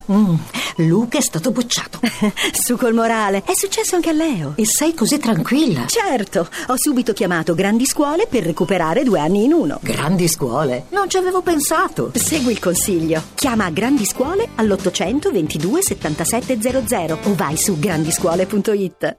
Luca è stato bocciato. Su col morale. È successo anche a Leo. E sei così tranquilla? Certo, ho subito chiamato Grandi Scuole per recuperare 2 anni in uno. Grandi Scuole? Non ci avevo pensato. Segui il consiglio. Chiama Grandi Scuole all'800 22 77 00 o vai su grandiscuole.it.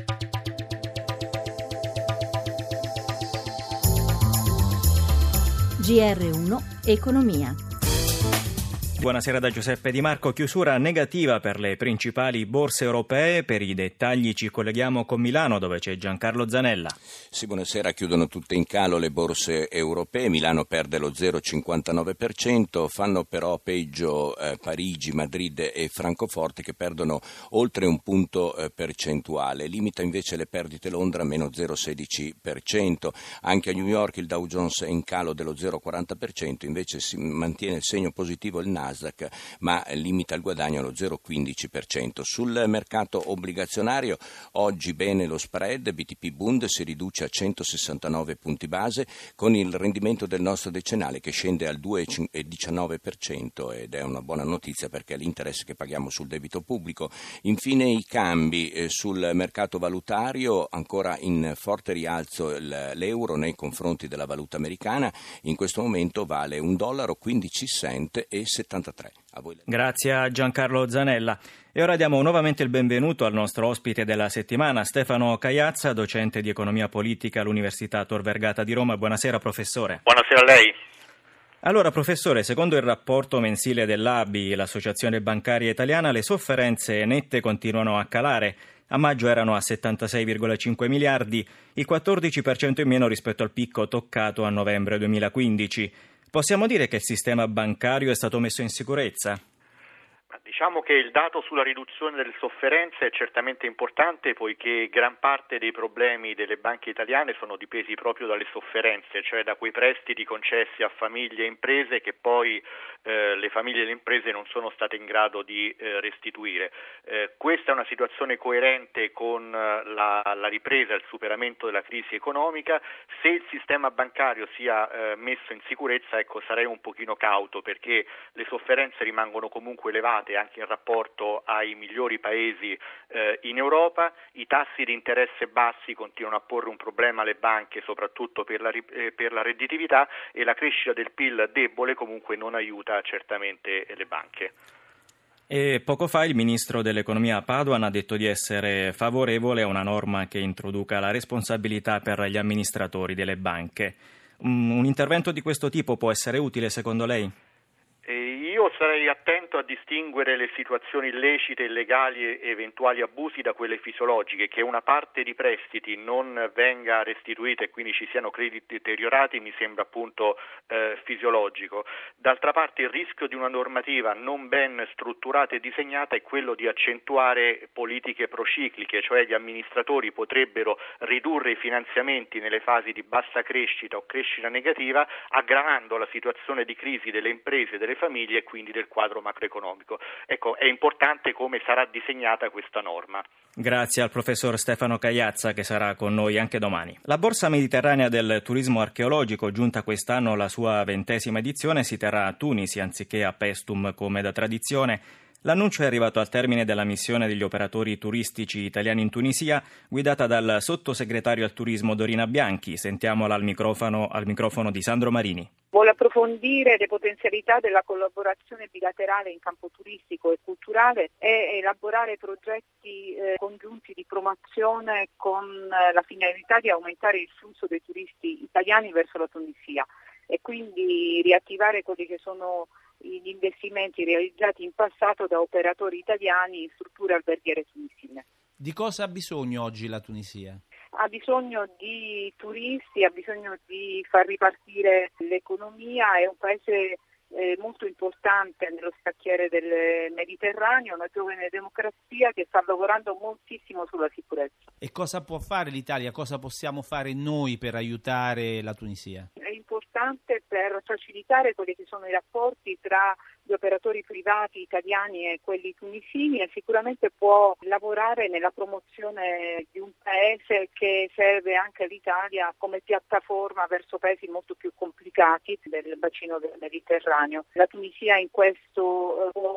GR1 Economia. Buonasera da Giuseppe Di Marco. Chiusura negativa per le principali borse europee. Per i dettagli ci colleghiamo con Milano, dove c'è Giancarlo Zanella. Sì, buonasera. Chiudono tutte in calo le borse europee. Milano perde lo 0,59%, fanno però peggio Parigi, Madrid e Francoforte, che perdono oltre un punto percentuale. Limita invece le perdite Londra, meno 0,16%. Anche a New York il Dow Jones è in calo dello 0,40%, invece si mantiene il segno positivo il Nasdaq, ma limita il guadagno allo 0,15%. Sul mercato obbligazionario oggi bene lo spread, BTP Bund si riduce a 169 punti base, con il rendimento del nostro decennale che scende al 2,19%, ed è una buona notizia perché è l'interesse che paghiamo sul debito pubblico. Infine i cambi sul mercato valutario, ancora in forte rialzo l'euro nei confronti della valuta americana. In questo momento vale $1,15 e 73. A voi. Grazie a Giancarlo Zanella. E ora diamo nuovamente il benvenuto al nostro ospite della settimana, Stefano Caiazza, docente di economia politica all'Università Tor Vergata di Roma. Buonasera professore. Buonasera a lei. Allora professore, secondo il rapporto mensile dell'ABI, l'Associazione Bancaria Italiana, le sofferenze nette continuano a calare. A maggio erano a 76,5 miliardi, il 14% in meno rispetto al picco toccato a novembre 2015. Possiamo dire che il sistema bancario è stato messo in sicurezza? Diciamo che il dato sulla riduzione delle sofferenze è certamente importante, poiché gran parte dei problemi delle banche italiane sono dipesi proprio dalle sofferenze, cioè da quei prestiti concessi a famiglie e imprese che poi le famiglie e le imprese non sono state in grado di restituire. Questa è una situazione coerente con la ripresa e il superamento della crisi economica. Se il sistema bancario sia messo in sicurezza, sarei un pochino cauto, perché le sofferenze rimangono comunque elevate anche in rapporto ai migliori paesi in Europa. I tassi di interesse bassi continuano a porre un problema alle banche, soprattutto per la redditività, e la crescita del PIL debole comunque non aiuta certamente le banche. E poco fa il ministro dell'economia Padoan ha detto di essere favorevole a una norma che introduca la responsabilità per gli amministratori delle banche. Un intervento di questo tipo può essere utile secondo lei? Io sarei attento a distinguere le situazioni illecite, illegali e eventuali abusi da quelle fisiologiche. Che una parte di prestiti non venga restituita e quindi ci siano crediti deteriorati mi sembra appunto fisiologico. D'altra parte il rischio di una normativa non ben strutturata e disegnata è quello di accentuare politiche procicliche, cioè gli amministratori potrebbero ridurre i finanziamenti nelle fasi di bassa crescita o crescita negativa, aggravando la situazione di crisi delle imprese e delle famiglie e quindi del quadro macroeconomico. È importante come sarà disegnata questa norma. Grazie al professor Stefano Caiazza, che sarà con noi anche domani. La Borsa Mediterranea del Turismo Archeologico, giunta quest'anno alla sua 20ª edizione, si terrà a Tunisi anziché a Paestum come da tradizione. L'annuncio è arrivato al termine della missione degli operatori turistici italiani in Tunisia, guidata dal sottosegretario al turismo Dorina Bianchi. Sentiamola al microfono di Sandro Marini. Vuole approfondire le potenzialità della collaborazione bilaterale in campo turistico e culturale e elaborare progetti congiunti di promozione con la finalità di aumentare il flusso dei turisti italiani verso la Tunisia e quindi riattivare quelli che sono gli investimenti realizzati in passato da operatori italiani in strutture alberghiere tunisine. Di cosa ha bisogno oggi la Tunisia? Ha bisogno di turisti, ha bisogno di far ripartire l'economia, è un paese molto importante nello scacchiere del Mediterraneo, una giovane democrazia che sta lavorando moltissimo sulla sicurezza. E cosa può fare l'Italia? Cosa possiamo fare noi per aiutare la Tunisia? È importante per facilitare quelli che sono i rapporti tra gli operatori privati italiani e quelli tunisini, e sicuramente può lavorare nella promozione di un paese che serve anche all'Italia come piattaforma verso paesi molto più complicati del bacino del Mediterraneo. La Tunisia in questo può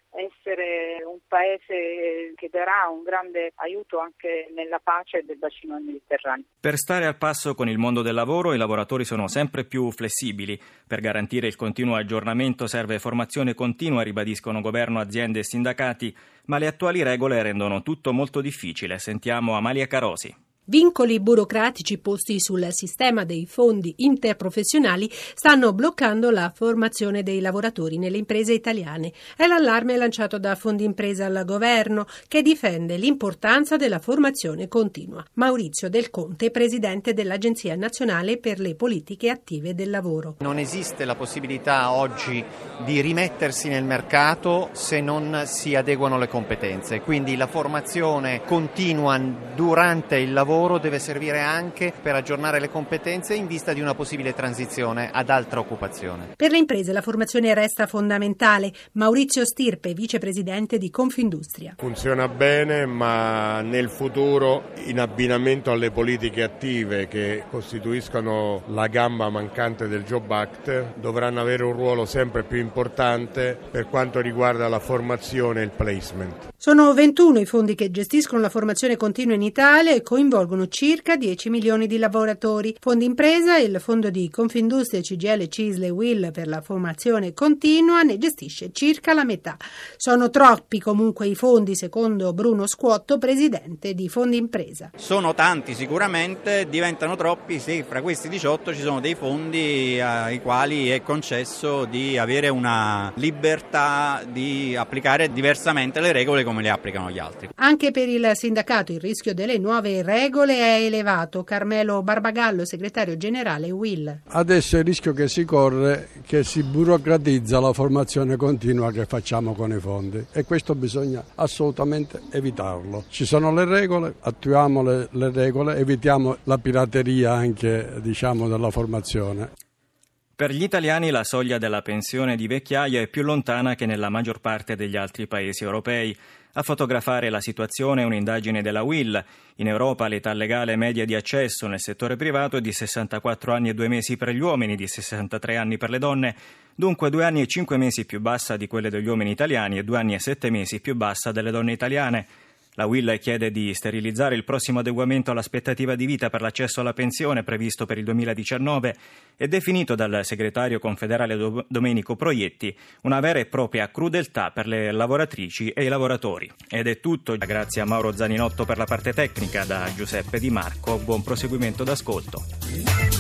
essere un paese che darà un grande aiuto anche nella pace del bacino del Mediterraneo. Per stare al passo con il mondo del lavoro, i lavoratori sono sempre più flessibili. Per garantire il continuo aggiornamento serve formazione continua, ribadiscono governo, aziende e sindacati, ma le attuali regole rendono tutto molto difficile. Sentiamo Amalia Carosi. Vincoli burocratici posti sul sistema dei fondi interprofessionali stanno bloccando la formazione dei lavoratori nelle imprese italiane. È l'allarme lanciato da Fondimpresa al governo, che difende l'importanza della formazione continua. Maurizio Del Conte, presidente dell'Agenzia Nazionale per le Politiche Attive del Lavoro. Non esiste la possibilità oggi di rimettersi nel mercato se non si adeguano le competenze, quindi la formazione continua durante il lavoro deve servire anche per aggiornare le competenze in vista di una possibile transizione ad altra occupazione. Per le imprese la formazione resta fondamentale. Maurizio Stirpe, vicepresidente di Confindustria. Funziona bene, ma nel futuro, in abbinamento alle politiche attive che costituiscono la gamba mancante del Job Act, dovranno avere un ruolo sempre più importante per quanto riguarda la formazione e il placement. Sono 21 i fondi che gestiscono la formazione continua in Italia e coinvolgono circa 10 milioni di lavoratori. Fondimpresa, il fondo di Confindustria, CGIL, CISL e UIL per la formazione continua, ne gestisce circa la metà. Sono troppi comunque i fondi, secondo Bruno Squotto, presidente di Fondimpresa. Sono tanti sicuramente, diventano troppi se fra questi 18 ci sono dei fondi ai quali è concesso di avere una libertà di applicare diversamente le regole come le applicano gli altri. Anche per il sindacato il rischio delle nuove regole è elevato. Carmelo Barbagallo, segretario generale UIL. Adesso il rischio che si corre è che si burocratizza la formazione continua che facciamo con i fondi e questo bisogna assolutamente evitarlo. Ci sono le regole, attuiamo le regole, evitiamo la pirateria anche della formazione. Per gli italiani la soglia della pensione di vecchiaia è più lontana che nella maggior parte degli altri paesi europei. A fotografare la situazione è un'indagine della UIL. In Europa l'età legale media di accesso nel settore privato è di 64 anni e 2 mesi per gli uomini, di 63 anni per le donne, dunque 2 anni e 5 mesi più bassa di quelle degli uomini italiani e 2 anni e 7 mesi più bassa delle donne italiane. La UIL chiede di sterilizzare il prossimo adeguamento all'aspettativa di vita per l'accesso alla pensione previsto per il 2019 e definito dal segretario confederale Domenico Proietti una vera e propria crudeltà per le lavoratrici e i lavoratori. Ed è tutto, grazie a Mauro Zaninotto per la parte tecnica, da Giuseppe Di Marco, buon proseguimento d'ascolto.